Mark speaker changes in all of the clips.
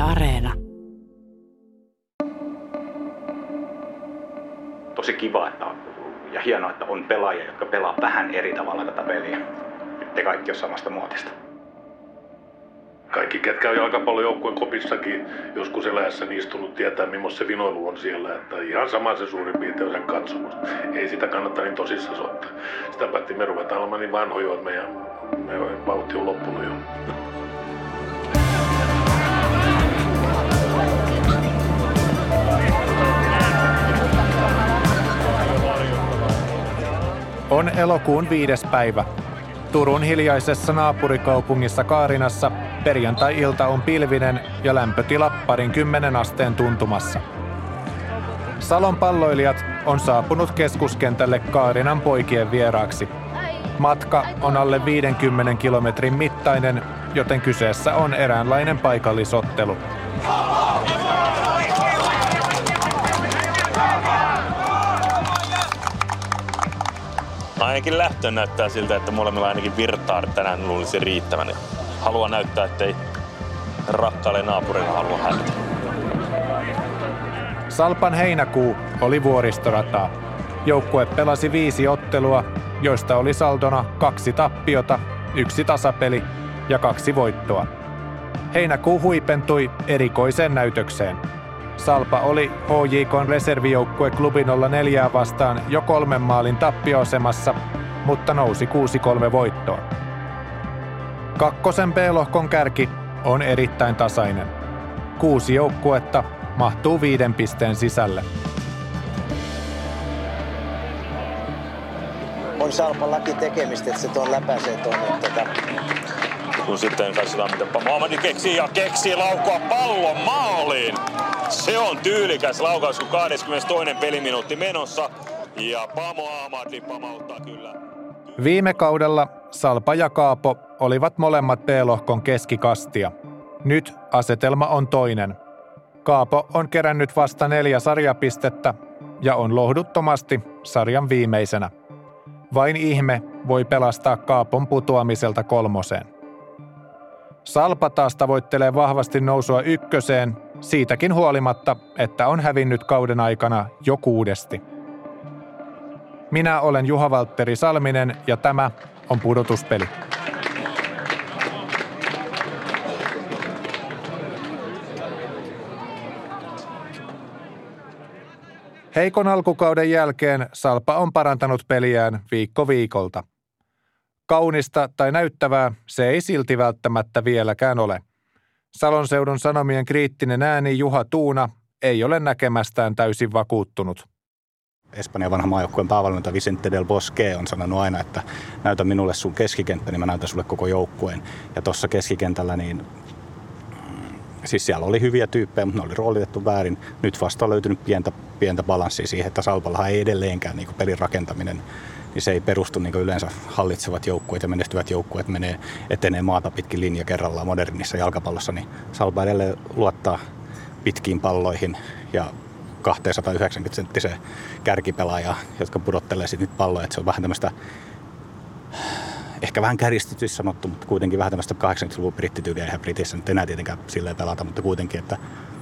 Speaker 1: Areena.
Speaker 2: Tosi kiva ja hienoa, että on pelaajia, jotka pelaa vähän eri tavalla tätä peliä. Te kaikki ole samasta muotista.
Speaker 3: Kaikki, ketkä on jalkapallojoukkueen kopissakin joskus eläessäni istunut, tietää, millaista se vinoilu on siellä. Että ihan sama se suurin piirtein on sen katsomus. Ei sitä kannata niin tosissaan ottaa. Sitä päätti me ruvetaan olemaan niin vanhoja, että meidän vauhti on loppunut jo.
Speaker 4: On elokuun 5. päivä. Turun hiljaisessa naapurikaupungissa Kaarinassa perjantai-ilta on pilvinen ja lämpötila 20 asteen tuntumassa. Salon palloilijat on saapunut keskuskentälle Kaarinan poikien vieraaksi. Matka on alle 50 kilometrin mittainen, joten kyseessä on eräänlainen paikallisottelu.
Speaker 5: Ainakin lähtöön näyttää siltä, että molemmilla ainakin virtaa tänään luulisi riittävän. Haluan näyttää, ettei rakkaalle naapurille halua hävitä.
Speaker 4: Salpan heinäkuu oli vuoristorataa. Joukkue pelasi 5 ottelua, joista oli saldona 2 tappiota, 1 tasapeli ja 2 voittoa. Heinäkuu huipentui erikoiseen näytökseen. Salpa oli HJK:n reservijoukkue Klubi 04 vastaan jo 3 maalin tappioasemassa, mutta nousi 6-3 voittoon. Kakkosen B-lohkon kärki on erittäin tasainen. 6 joukkuetta mahtuu 5 pisteen sisälle.
Speaker 6: On Salpallakin tekemistä, että se tuon läpäisee tuonne
Speaker 5: Kun sitten katsotaan, miten Mohamedi keksii laukua pallon maaliin. Se on tyylikäs laukaus, kun 22. peliminuutti menossa. Ja Pamo Ahmadi pamauttaa kyllä.
Speaker 4: Viime kaudella Salpa ja Kaapo olivat molemmat B-lohkon keskikastia. Nyt asetelma on toinen. Kaapo on kerännyt vasta 4 sarjapistettä ja on lohduttomasti sarjan viimeisenä. Vain ihme voi pelastaa Kaapon putoamiselta 3. Salpa taas tavoittelee vahvasti nousua 1, siitäkin huolimatta, että on hävinnyt kauden aikana jo 6. Minä olen Juha-Valtteri Salminen ja tämä on Pudotuspeli. Heikon alkukauden jälkeen Salpa on parantanut peliään viikko viikolta. Kaunista tai näyttävää se ei silti välttämättä vieläkään ole. Salon seudun Sanomien kriittinen ääni Juha Tuuna ei ole näkemästään täysin vakuuttunut.
Speaker 2: Espanjan vanha maajoukkueen päävalmentaja Vicente del Bosque on sanonut aina, että näytä minulle sun keskikenttä, niin mä näytän sulle koko joukkueen. Ja tuossa keskikentällä niin siis siellä oli hyviä tyyppejä, mutta ne oli roolitettu väärin. Nyt vasta on löytynyt pientä balanssia siihen, että Salpallahan ei edelleenkään niin pelin rakentaminen, niin se ei perustu niin yleensä hallitsevat joukkueet ja menestyvät joukkueet etenee maata pitkin linja kerrallaan modernissa jalkapallossa, niin Salpa edelleen luottaa pitkiin palloihin ja 290-senttiseen kärkipelaajaa, jotka pudottelee sitten nyt palloja. Että se on vähän tämmöistä, ehkä vähän kärjistetysti sanottu, mutta kuitenkin vähän tämmöistä 80-luvun brittityyliä. Eihän Britissä nyt enää tietenkään silleen pelata, mutta kuitenkin, että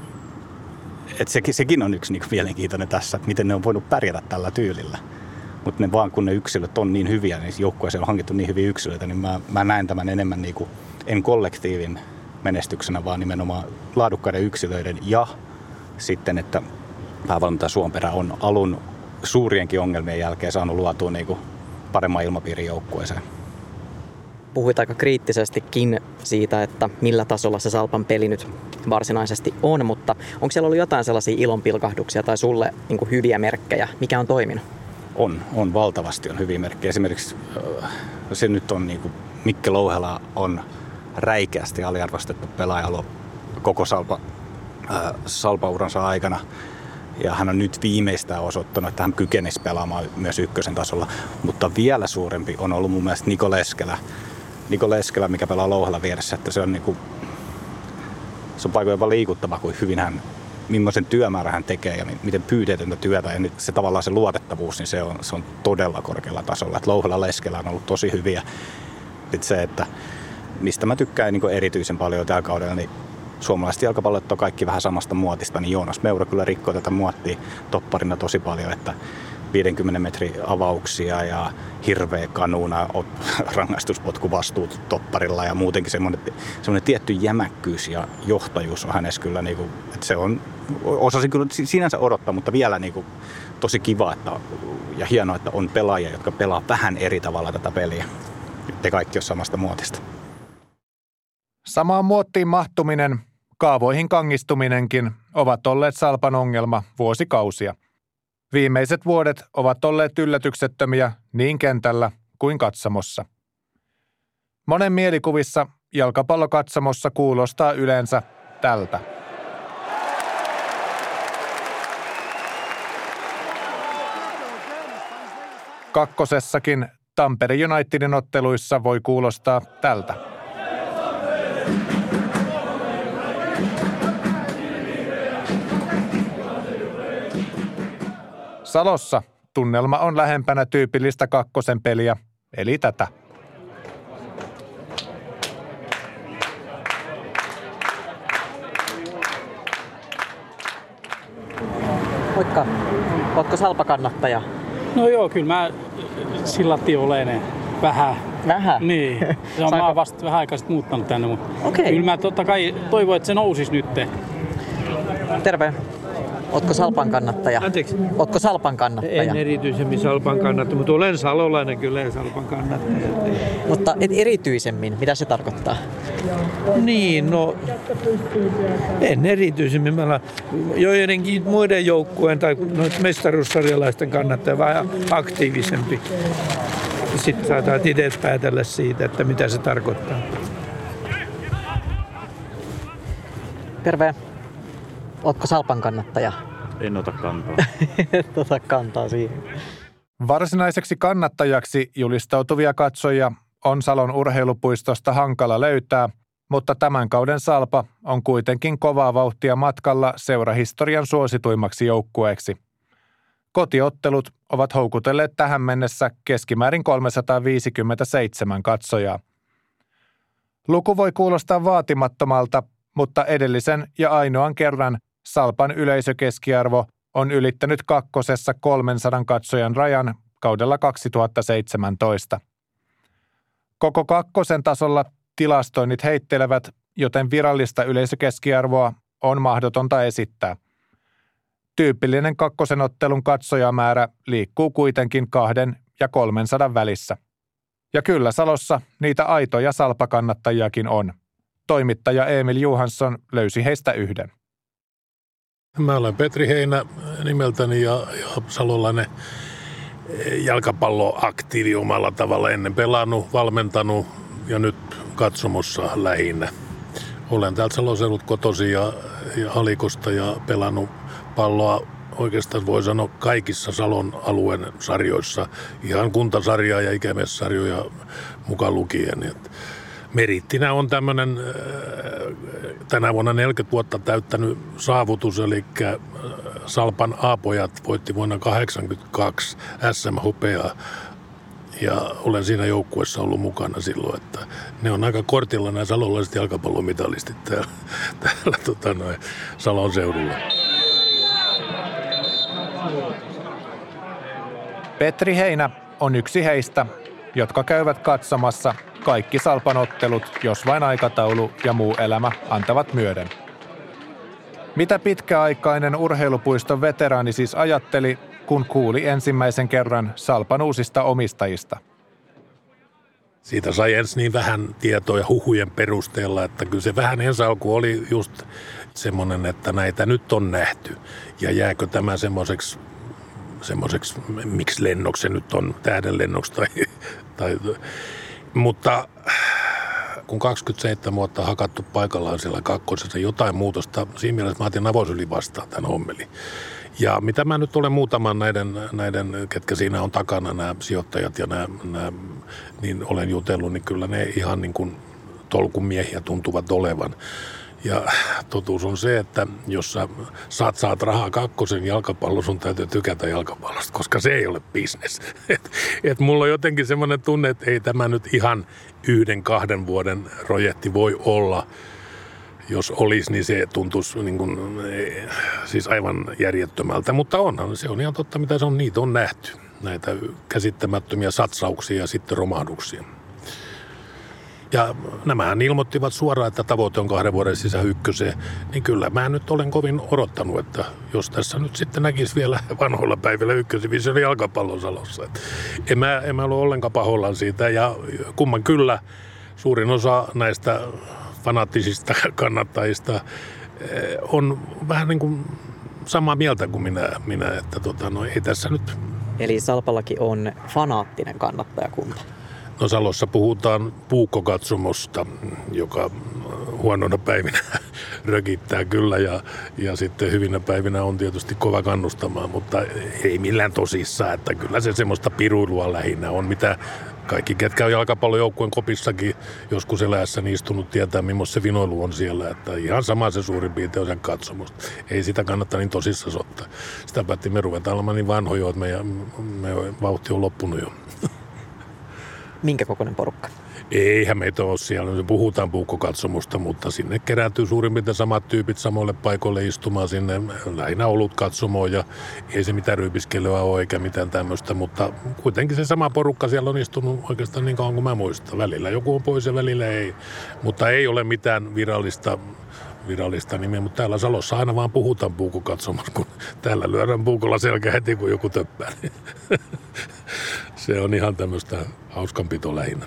Speaker 2: sekin on yksi niin mielenkiintoinen tässä, että miten ne on voinut pärjätä tällä tyylillä. Mutta vaan kun ne yksilöt on niin hyviä, niin joukkueeseen on hankittu niin hyviä yksilöitä, niin mä näen tämän enemmän niin kuin, en kollektiivin menestyksenä, vaan nimenomaan laadukkaiden yksilöiden ja sitten, että päävalmentaja Suomperä on alun suurienkin ongelmien jälkeen saanut luotua niin kuin paremman ilmapiirin joukkueeseen.
Speaker 7: Puhuit aika kriittisestikin siitä, että millä tasolla se Salpan peli nyt varsinaisesti on, mutta onko siellä ollut jotain sellaisia ilonpilkahduksia tai sulle niin kuin hyviä merkkejä, mikä on toiminut?
Speaker 2: On valtavasti on hyviä merkkejä. Esimerkiksi se nyt on niin kuin Mikke Louhela on räikeästi aliarvostettu pelaaja ollut koko Salpa-uransa aikana. Ja hän on nyt viimeistään osoittanut, että hän kykenisi pelaamaan myös 1 tasolla. Mutta vielä suurempi on ollut mun mielestä Niko Leskelä, mikä pelaa Louhela vieressä. Että se on paikoin jopa liikuttava, kuin hyvin millaisen työmäärän hän tekee ja miten pyyteetöntä työtä. Ja nyt se tavallaan se luotettavuus, niin se on todella korkealla tasolla. Että Louhela Leskelä on ollut tosi hyviä. Sitten se, että mistä mä tykkään niin erityisen paljon tällä kaudella, niin suomalaiset jalkapallot on kaikki vähän samasta muotista, niin Joonas Meura kyllä rikkoi tätä muottia topparina tosi paljon, että 50 metrin avauksia ja hirveä kanuuna, rangaistuspotku vastuut topparilla ja muutenkin semmoinen tietty jämäkkyys ja johtajuus on hänessä kyllä, niin kuin, että se on, osasin kyllä sinänsä odottaa, mutta vielä niin kuin, tosi kiva ja hienoa, että on pelaajia, jotka pelaa vähän eri tavalla tätä peliä. Ei kaikki ole samasta muotista.
Speaker 4: Samaan muottiin mahtuminen, kaavoihin kangistuminenkin ovat olleet Salpan ongelma vuosikausia. Viimeiset vuodet ovat olleet yllätyksettömiä niin kentällä kuin katsomossa. Monen mielikuvissa jalkapallokatsomossa kuulostaa yleensä tältä. Kakkosessakin Tampere Unitedin otteluissa voi kuulostaa tältä. Salossa tunnelma on lähempänä tyypillistä kakkosen peliä, eli tätä.
Speaker 7: Moikka. Ootko Salpa-kannattaja?
Speaker 1: No joo, kyllä mä sillatti olen vähän.
Speaker 7: Vähän?
Speaker 1: Niin. Se on mä vasta vähän aikaa sitten muuttanut tänne, mutta kyllä mä totta kai toivon, että se nousisi nyt.
Speaker 7: Terve. Ootko Salpan kannattaja?
Speaker 8: Anteeksi?
Speaker 7: Ootko Salpan kannattaja?
Speaker 8: En erityisemmin Salpan kannattaja, mutta olen salolainen kyllä Salpan kannattaja.
Speaker 7: Mutta et erityisemmin, mitä se tarkoittaa?
Speaker 8: Niin, no en erityisemmin. Mä olen joidenkin muiden joukkueen tai mestaruussarjalaisten kannattaja vähän aktiivisempi. Sitten saadaan itse päätellä siitä, että mitä se tarkoittaa.
Speaker 7: Terve. Ootko Salpan kannattaja?
Speaker 9: En ota kantaa.
Speaker 7: Et ota kantaa siihen.
Speaker 4: Varsinaiseksi kannattajaksi julistautuvia katsojia on Salon urheilupuistosta hankala löytää, mutta tämän kauden Salpa on kuitenkin kovaa vauhtia matkalla seurahistorian suosituimmaksi joukkueeksi. Kotiottelut ovat houkutelleet tähän mennessä keskimäärin 357 katsojaa. Luku voi kuulostaa vaatimattomalta, mutta edellisen ja ainoan kerran Salpan yleisökeskiarvo on ylittänyt kakkosessa 300 katsojan rajan kaudella 2017. Koko kakkosen tasolla tilastoinnit heittelevät, joten virallista yleisökeskiarvoa on mahdotonta esittää. Tyypillinen kakkosen ottelun katsojamäärä liikkuu kuitenkin 200 ja 300 välissä. Ja kyllä Salossa niitä aitoja Salpa-kannattajiakin on. Toimittaja Emil Johansson löysi heistä yhden.
Speaker 3: Mä olen Petri Heinä nimeltäni ja salolainen jalkapalloaktiivi omalla tavalla. Ennen pelannut, valmentanut ja nyt katsomossa lähinnä. Olen täältä Saloseudut kotoisin ja Alikosta ja pelannut palloa oikeastaan voi sanoa kaikissa Salon alueen sarjoissa. Ihan kuntasarjaa ja ikämiessarjoja mukaan lukien. Merittinä on tämmöinen tänä vuonna 40 vuotta täyttänyt saavutus, eli Salpan A-pojat voitti vuonna 1982 SM-hopeaa ja olen siinä joukkueessa ollut mukana silloin, että ne on aika kortilla nämä salolaiset jalkapallomitalistit täällä Salon seudulla.
Speaker 4: Petri Heinä on yksi heistä, jotka käyvät katsomassa kaikki Salpan ottelut, jos vain aikataulu ja muu elämä antavat myöden. Mitä pitkäaikainen urheilupuiston veteraani siis ajatteli, kun kuuli ensimmäisen kerran Salpan uusista omistajista?
Speaker 3: Siitä sai ensin niin vähän tietoa huhujen perusteella, että kyllä se vähän ensi alku oli just semmoinen, että näitä nyt on nähty. Ja jääkö tämä semmoiseksi miksi lennoksi se nyt on, tähdenlennoksi mutta kun 27 vuotta on hakattu paikallaan siellä kakkosessa, jotain muutosta, siinä mielessä mä otin avosyli vastaan tämän hommeli. Ja mitä mä nyt olen muutaman näiden, ketkä siinä on takana, nämä sijoittajat ja nämä niin olen jutellut, niin kyllä ne ihan niin kuin tolkumiehiä tuntuvat olevan. Ja totuus on se, että jos sä saat rahaa kakkosen jalkapallon, sun täytyy tykätä jalkapallosta, koska se ei ole business. Et mulla on jotenkin semmoinen tunne, että ei tämä nyt ihan 1-2 vuoden projekti voi olla. jos olisi, niin se tuntuisi niin kuin, siis aivan järjettömältä. Mutta onhan se on ihan totta, mitä se on. Niitä on nähty, näitä käsittämättömiä satsauksia ja sitten romahduksia. Ja nämähän ilmoittivat suoraan, että tavoite on 2 vuoden sisään ykköseen. Niin kyllä mä nyt olen kovin odottanut, että jos tässä nyt sitten näkisi vielä vanhoilla päivillä ykkösdivisioon jalkapallon Salossa. En mä ole ollenkaan pahoillaan siitä. Ja kumman kyllä suurin osa näistä fanaattisista kannattajista on vähän niin kuin samaa mieltä kuin minä että ei tässä nyt.
Speaker 7: Eli Salpallakin on fanaattinen kannattajakunta.
Speaker 3: No Salossa puhutaan puukkokatsomosta, joka huonona päivinä rökittää kyllä ja sitten hyvinä päivinä on tietysti kova kannustamaan, mutta ei millään tosissaan, että kyllä se semmoista piruilua lähinnä on, mitä kaikki, ketkä on jalkapallojoukkueen kopissakin joskus eläessäni istunut, tietää, millaista se vinoilu on siellä. Että ihan sama se suurin piirtein on sen katsomusta. Ei sitä kannata niin tosissaan ottaa. Sitä päätti me ruvetaan olemaan niin vanhoja, että meidän vauhti on loppunut jo.
Speaker 7: Minkä kokoinen porukka?
Speaker 3: Eihän meitä ole siellä. Puhutaan puukkokatsomusta, mutta sinne kerääntyy suurin piirtein samat tyypit samoille paikoille istumaan sinne. Lähinnä olut katsomoon ja ei se mitään ryypiskelyä ole eikä mitään tämmöistä, mutta kuitenkin se sama porukka siellä on istunut oikeastaan niin kauan kuin mä muistan. Välillä joku on pois ja välillä ei, mutta ei ole mitään virallista nimeä, mutta täällä Salossa aina vaan puhutaan puukokatsomassa, kun täällä lyödään puukolla selkä heti, kun joku töppää. Se on ihan tämmöistä hauskanpito lähinnä.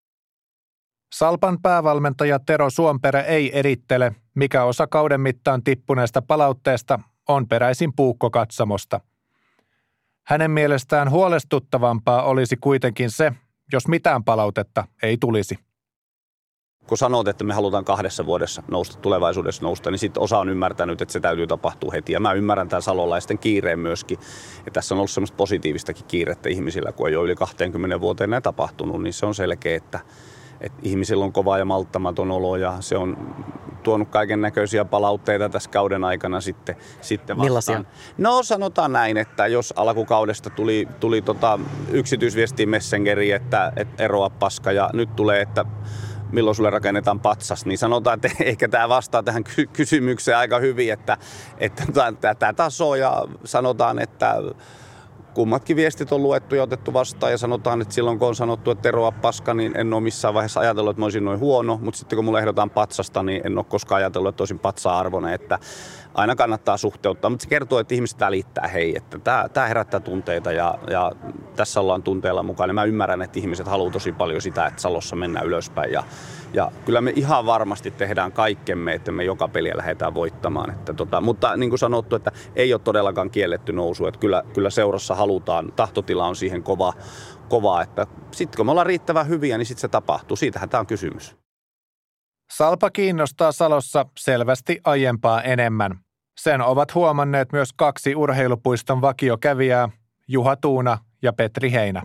Speaker 4: Salpan päävalmentaja Tero Suomperä ei erittele, mikä osa kauden mittaan tippuneesta palautteesta on peräisin puukkokatsomosta. Hänen mielestään huolestuttavampaa olisi kuitenkin se, jos mitään palautetta ei tulisi.
Speaker 9: Kun sanot, että me halutaan 2 vuodessa nousta, tulevaisuudessa nousta, niin sitten osa on ymmärtänyt, että se täytyy tapahtua heti. Ja mä ymmärrän tämän salolaisten kiireen myöskin. Ja tässä on ollut semmoista positiivistakin kiirettä ihmisillä, kun ei ole yli 20 vuoteen näin tapahtunut, niin se on selkeä, että ihmisillä on kova ja malttamaton olo ja se on tuonut kaiken näköisiä palautteita tässä kauden aikana sitten vastaan.
Speaker 7: Millaisia?
Speaker 9: No sanotaan näin, että jos alkukaudesta tuli yksityisviestiin Messengeriin, että eroa paska ja nyt tulee, että milloin sulle rakennetaan patsas, niin sanotaan, että ehkä tämä vastaa tähän kysymykseen aika hyvin, että tämä taso ja sanotaan, että kummatkin viestit on luettu ja otettu vastaan ja sanotaan, että silloin kun on sanottu, että eroa paska, niin en ole missään vaiheessa ajatellut, että mä olisin noin huono, mutta sitten kun mulle ehdotaan patsasta, niin en ole koskaan ajatellut, että olisin patsa-arvoinen, että aina kannattaa suhteuttaa, mutta se kertoo, että ihmiset välittää, että tämä herättää tunteita ja tässä ollaan tunteella mukana. Mä ymmärrän, että ihmiset haluaa tosi paljon sitä, että Salossa mennään ylöspäin ja kyllä me ihan varmasti tehdään kaikkemme, että me joka peliä lähdetään voittamaan. Mutta niin kuin sanottu, että ei ole todellakaan kielletty nousu, että kyllä seurassa halutaan, tahtotila on siihen kova että sitten kun me ollaan riittävän hyviä, niin sitten se tapahtuu. Siitähän tämä on kysymys.
Speaker 4: Salpa kiinnostaa Salossa selvästi aiempaa enemmän. Sen ovat huomanneet myös 2 urheilupuiston vakiokävijää, Juha Tuuna ja Petri Heinä.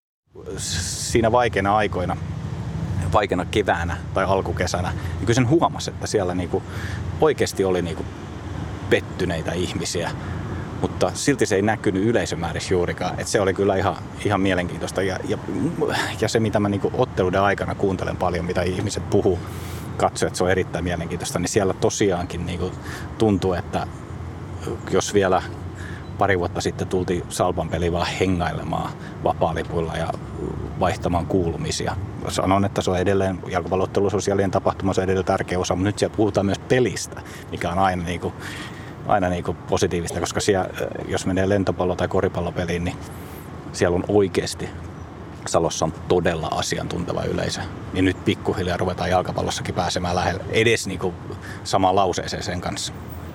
Speaker 2: Siinä vaikeina aikoina, vaikeana keväänä tai alkukesänä, niin kyllä sen huomasi, että siellä niinku oikeasti oli niinku pettyneitä ihmisiä, mutta silti se ei näkynyt yleisömäärissä juurikaan. Että se oli kyllä ihan mielenkiintoista ja se, mitä mä niinku otteluiden aikana kuuntelen paljon, mitä ihmiset puhuu, katso, että se on erittäin mielenkiintoista, niin siellä tosiaankin niin tuntuu, että jos vielä pari vuotta sitten tultiin Salpan peliin vaan hengailemaan vapaalipuilla ja vaihtamaan kuulumisia. Sanon, että se on edelleen, jalkapallottelu sosiaalinen tapahtuma, se on edelleen tärkeä osa, mutta nyt siellä puhutaan myös pelistä, mikä on aina positiivista, koska siellä, jos menee lentopallo- tai koripallopeliin, niin siellä on oikeasti Salossa on todella asiantunteva yleisö. Niin nyt pikkuhiljaa ruvetaan jalkapallossakin pääsemään lähelle edes samaan lauseeseen sen kanssa.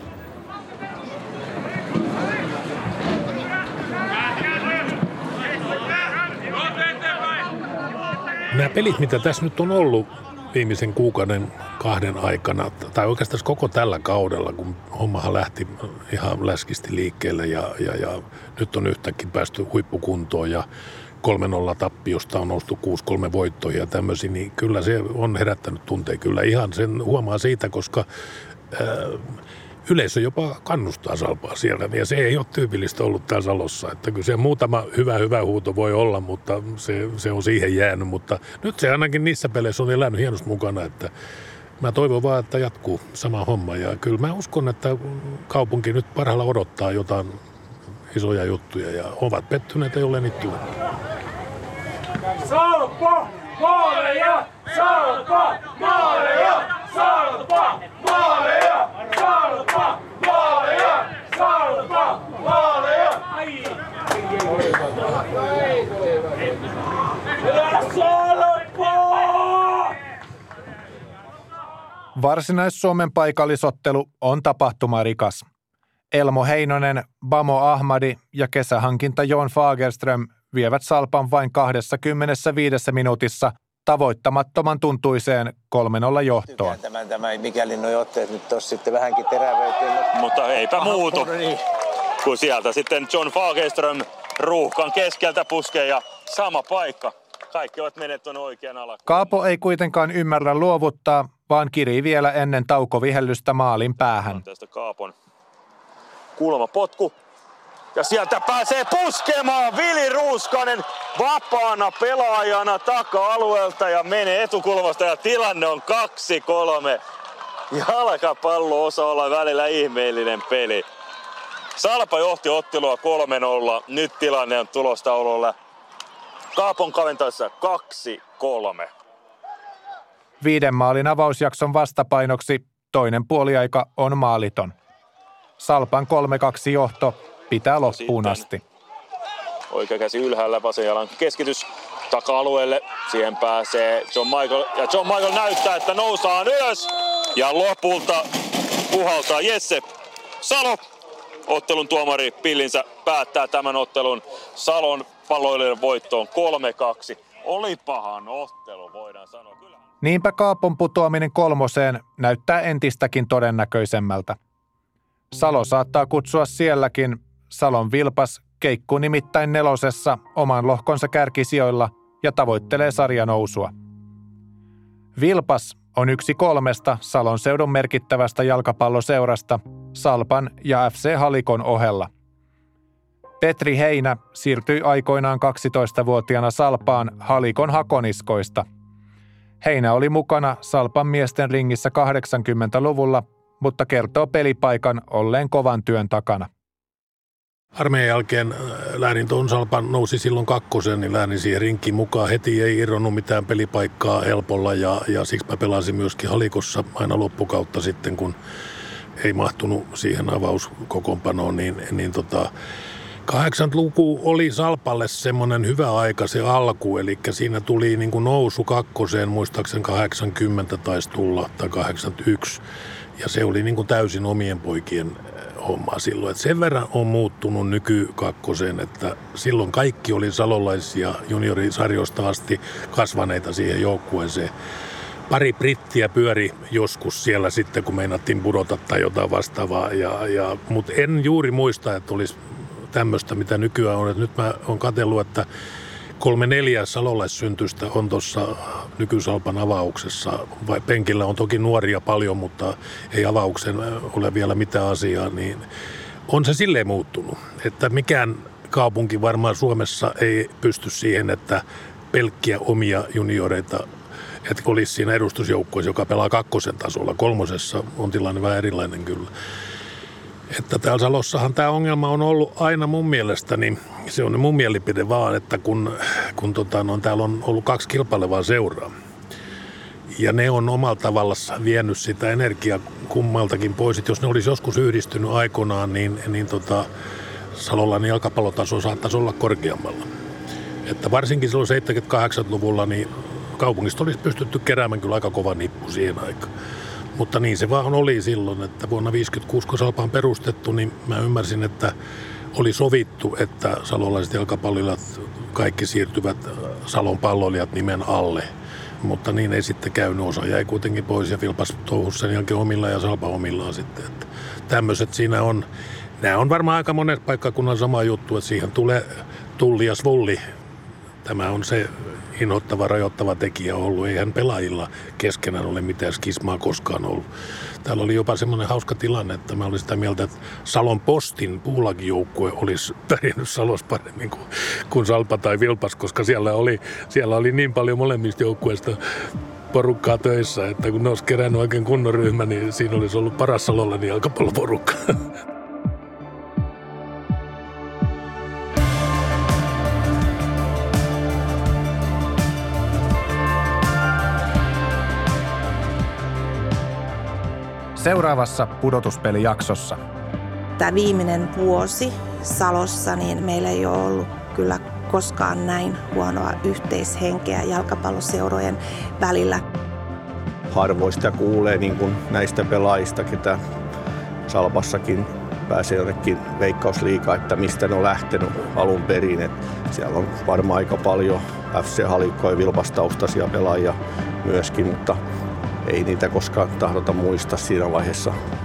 Speaker 3: Nämä pelit, mitä tässä nyt on ollut viimeisen 1-2 kuukauden aikana, tai oikeastaan koko tällä kaudella, kun hommahan lähti ihan läskisti liikkeelle ja nyt on yhtäkkiä päästy huippukuntoon ja 3-0 tappiosta on noustu 6-3 voittoja ja tämmöisiä, niin kyllä se on herättänyt tunteja. Kyllä ihan sen huomaa siitä, koska yleisö jopa kannustaa Salpaa siellä, ja se ei ole tyypillistä ollut täällä Salossa. Että kyllä se muutama hyvä huuto voi olla, mutta se on siihen jäänyt. Mutta nyt se ainakin niissä peleissä on elänyt hienosti mukana, että
Speaker 10: Mä toivon vaan, että jatkuu sama homma. Ja kyllä mä uskon, että kaupunki nyt parhaalla odottaa jotain isoja juttuja ja ovat pettyneitä, jolle niitä tulee.
Speaker 11: Salpa! Maaleja! Salpa! Maaleja! Salpa! Maaleja! Salpa! Maaleja! Salpa! Maaleja!
Speaker 4: Varsinais-Suomen paikallisottelu on tapahtumarikas. Elmo Heinonen, Bamo Ahmadi ja kesähankinta Jon Fagerström vievät Salpan vain 25 minuutissa tavoittamattoman tuntuiseen 3-0 johtoon.
Speaker 6: Mikäli nuo otteet nyt tuossa sitten vähänkin terävöityy.
Speaker 5: Mutta eipä muutu, kun sieltä sitten Jon Fagerström ruuhkan keskeltä puskee ja sama paikka. Kaikki ovat menneet tuonne oikean alalle.
Speaker 4: Kaapo ei kuitenkaan ymmärrä luovuttaa, vaan kirii vielä ennen taukovihellystä maalin päähän.
Speaker 5: Tästä Kaapon kulmapotku. Ja sieltä pääsee puskemaan Vili Ruuskanen vapaana pelaajana taka-alueelta ja menee etukulmasta ja tilanne on 2-3. Jalkapallo osaa olla välillä ihmeellinen peli. Salpa johti ottelua 3-0. Nyt tilanne on tulostaululla Kaapon kaventaessa 2-3.
Speaker 4: 5 maalin avausjakson vastapainoksi toinen puoliaika on maaliton. Salpan 3-2 johto pitää loppuun asti.
Speaker 5: Oikea käsi ylhäällä, vasen jalan keskitys taka-alueelle. Siihen pääsee John Michael ja John Michael näyttää, että nousaan ylös. Ja lopulta puhaltaa Jesse Salo. Ottelun tuomari pillinsä päättää tämän ottelun. Salon palloilijoiden voittoon 3-2. Olipahan ottelu, voidaan sanoa. Kyllä.
Speaker 4: Niinpä Kaapon putoaminen 3. näyttää entistäkin todennäköisemmältä. Salo saattaa kutsua sielläkin. Salon Vilpas keikkuu nimittäin 4. oman lohkonsa kärkisijoilla ja tavoittelee sarjanousua. Vilpas on yksi 3 Salon seudun merkittävästä jalkapalloseurasta Salpan ja FC Halikon ohella. Petri Heinä siirtyi aikoinaan 12-vuotiaana Salpaan Halikon Hakoniskoista. Heinä oli mukana Salpan miesten ringissä 80-luvulla, mutta kertoo pelipaikan olleen kovan työn takana.
Speaker 10: Armeijan jälkeen lähdin tuon Salpan, nousi silloin 2, niin lähdin siihen rinkiin mukaan. Heti ei irronnut mitään pelipaikkaa helpolla ja siksi mä pelasin myöskin Halikossa aina loppukautta sitten, kun ei mahtunut siihen avauskokoonpanoon. 80-luku oli Salpalle semmoinen hyvä aika se alku, eli siinä tuli niin kuin nousu 2, muistaakseni 80 taisi tulla tai 81. Ja se oli niin kuin täysin omien poikien homma silloin. Et sen verran on muuttunut nyky-2, että silloin kaikki oli salolaisia juniorisarjoista asti kasvaneita siihen joukkueeseen. Pari brittiä pyöri joskus siellä sitten, kun meinattiin pudota tai jotain vastaavaa. Mutta en juuri muista, että olisi tämmöistä, mitä nykyään on. Et nyt mä oon katsellut, että 3-4 salolaissyntystä on tuossa nykysalpan avauksessa. Vai penkillä on toki nuoria paljon, mutta ei avauksen ole vielä mitään asiaa, niin on se silleen muuttunut, että mikään kaupunki varmaan Suomessa ei pysty siihen, että pelkkiä omia junioreita, että olisi siinä edustusjoukkueessa, joka pelaa 2 tasolla. 3 on tilanne vähän erilainen kyllä. Että täällä Salossahan tämä ongelma on ollut aina mun mielestäni, se on mun mielipide vaan, että kun täällä on ollut 2 kilpailevaa seuraa. Ja ne on omalla tavallaan vienyt sitä energiaa kummaltakin pois. Et jos ne olisi joskus yhdistynyt aikoinaan, niin salolainen jalkapallotaso saattaisi olla korkeammalla. Että varsinkin silloin 70-80-luvulla niin kaupungista olisi pystytty keräämään kyllä aika kova nippu siihen aikaan. Mutta niin se vaan oli silloin, että vuonna 1956, kun Salpa on perustettu, niin mä ymmärsin, että oli sovittu, että salolaiset jalkapalloilijat kaikki siirtyvät Salon palloilijat nimen alle. Mutta niin ei sitten käynyt, osa jäi kuitenkin pois ja Vilpas touhusi sen jälkeen omillaan ja Salpa omillaan sitten. Että tämmöiset siinä on, nämä on varmaan aika monet paikkakunnan sama juttu, että siihen tulee tulli ja svulli. Tämä on se inhottava, rajoittava tekijä ollut. Eihän pelaajilla keskenään ole mitään skismaa koskaan ollut. Täällä oli jopa semmoinen hauska tilanne, että mä olin sitä mieltä, että Salon Postin puulakijoukkue olisi pärjännyt Salossa paremmin kuin Salpa tai Vilpas, koska siellä oli niin paljon molemmista joukkueista porukkaa töissä, että kun ne olisi kerännyt oikein kunnon ryhmä, niin siinä olisi ollut paras Salolainen jalkapalloporukka.
Speaker 4: Seuraavassa pudotuspelijaksossa.
Speaker 12: Tämä viimeinen vuosi Salossa, niin meillä ei ole ollut kyllä koskaan näin huonoa yhteishenkeä jalkapalloseurojen välillä.
Speaker 9: Harvoista kuulee niin kuin näistä pelaajista, ketä Salpassakin pääsee jonnekin Veikkausliigaan, että mistä ne on lähtenyt alun perin. Et siellä on varmaan aika paljon FC Halikko ja Vilpas-taustaisia pelaajia myöskin, mutta ei niitä koskaan tahdota muistaa siinä vaiheessa